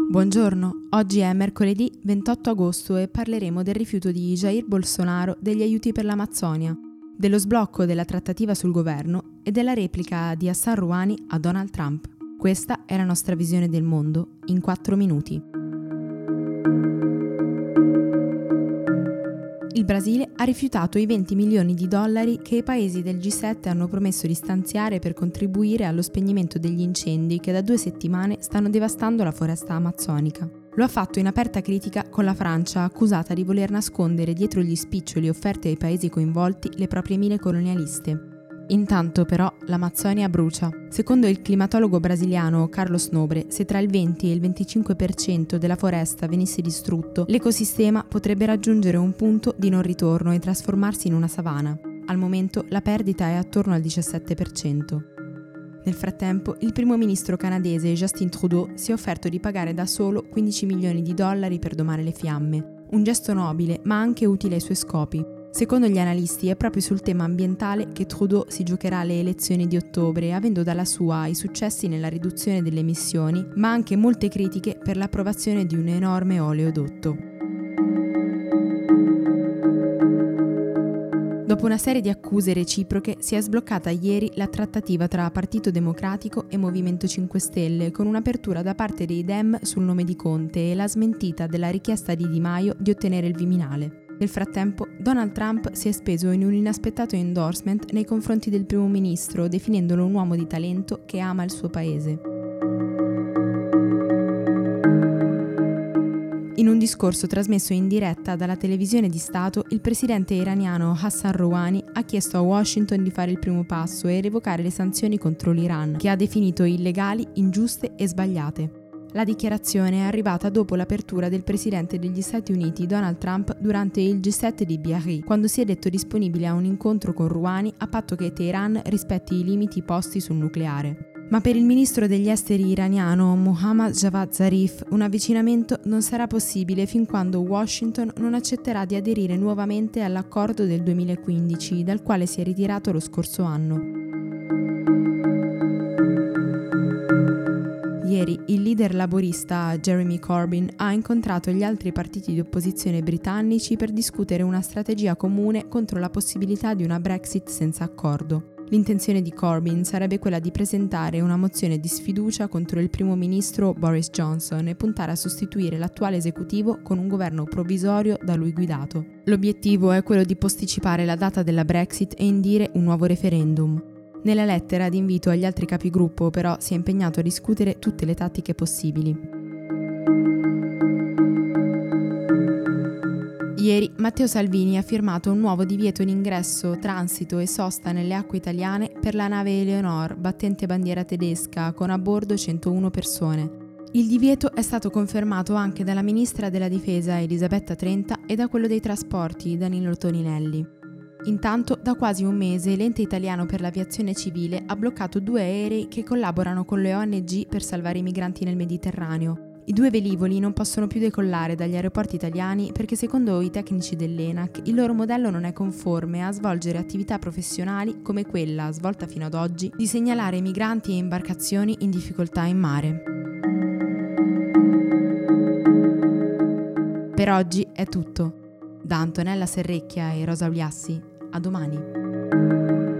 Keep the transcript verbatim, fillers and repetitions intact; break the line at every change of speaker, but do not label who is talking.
Buongiorno, oggi è mercoledì ventotto agosto e parleremo del rifiuto di Jair Bolsonaro degli aiuti per l'Amazzonia, dello sblocco della trattativa sul governo e della replica di Hassan Rouhani a Donald Trump. Questa è la nostra visione del mondo in quattro minuti. Il Brasile ha rifiutato i venti milioni di dollari che i paesi del G sette hanno promesso di stanziare per contribuire allo spegnimento degli incendi che da due settimane stanno devastando la foresta amazzonica. Lo ha fatto in aperta critica con la Francia, accusata di voler nascondere dietro gli spiccioli offerti ai paesi coinvolti le proprie mine colonialiste. Intanto però l'Amazzonia brucia. Secondo il climatologo brasiliano Carlos Nobre, se tra il venti e il venticinque per cento della foresta venisse distrutto, l'ecosistema potrebbe raggiungere un punto di non ritorno e trasformarsi in una savana. Al momento la perdita è attorno al diciassette per cento. Nel frattempo, il primo ministro canadese Justin Trudeau si è offerto di pagare da solo quindici milioni di dollari per domare le fiamme. Un gesto nobile, ma anche utile ai suoi scopi. Secondo gli analisti è proprio sul tema ambientale che Trudeau si giocherà le elezioni di ottobre, avendo dalla sua i successi nella riduzione delle emissioni, ma anche molte critiche per l'approvazione di un enorme oleodotto. Dopo una serie di accuse reciproche si è sbloccata ieri la trattativa tra Partito Democratico e Movimento cinque Stelle, con un'apertura da parte dei Dem sul nome di Conte e la smentita della richiesta di Di Maio di ottenere il Viminale. Nel frattempo, Donald Trump si è speso in un inaspettato endorsement nei confronti del primo ministro, definendolo un uomo di talento che ama il suo paese. In un discorso trasmesso in diretta dalla televisione di Stato, il presidente iraniano Hassan Rouhani ha chiesto a Washington di fare il primo passo e revocare le sanzioni contro l'Iran, che ha definito illegali, ingiuste e sbagliate. La dichiarazione è arrivata dopo l'apertura del presidente degli Stati Uniti Donald Trump durante il G sette di Biarritz, quando si è detto disponibile a un incontro con Rouhani a patto che Teheran rispetti i limiti posti sul nucleare. Ma per il ministro degli esteri iraniano Mohammad Javad Zarif un avvicinamento non sarà possibile fin quando Washington non accetterà di aderire nuovamente all'accordo del duemilaquindici, dal quale si è ritirato lo scorso anno. Ieri il leader laborista Jeremy Corbyn ha incontrato gli altri partiti di opposizione britannici per discutere una strategia comune contro la possibilità di una Brexit senza accordo. L'intenzione di Corbyn sarebbe quella di presentare una mozione di sfiducia contro il primo ministro Boris Johnson e puntare a sostituire l'attuale esecutivo con un governo provvisorio da lui guidato. L'obiettivo è quello di posticipare la data della Brexit e indire un nuovo referendum. Nella lettera di invito agli altri capigruppo, però, si è impegnato a discutere tutte le tattiche possibili. Ieri Matteo Salvini ha firmato un nuovo divieto in ingresso, transito e sosta nelle acque italiane per la nave Eleonor, battente bandiera tedesca, con a bordo centouno persone. Il divieto è stato confermato anche dalla ministra della Difesa Elisabetta Trenta e da quello dei trasporti Danilo Toninelli. Intanto, da quasi un mese, l'ente italiano per l'aviazione civile ha bloccato due aerei che collaborano con le O N G per salvare i migranti nel Mediterraneo. I due velivoli non possono più decollare dagli aeroporti italiani perché, secondo i tecnici dell'ENAC, il loro modello non è conforme a svolgere attività professionali come quella, svolta fino ad oggi, di segnalare migranti e imbarcazioni in difficoltà in mare. Per oggi è tutto. Da Antonella Serrecchia e Rosa Uliassi, a domani.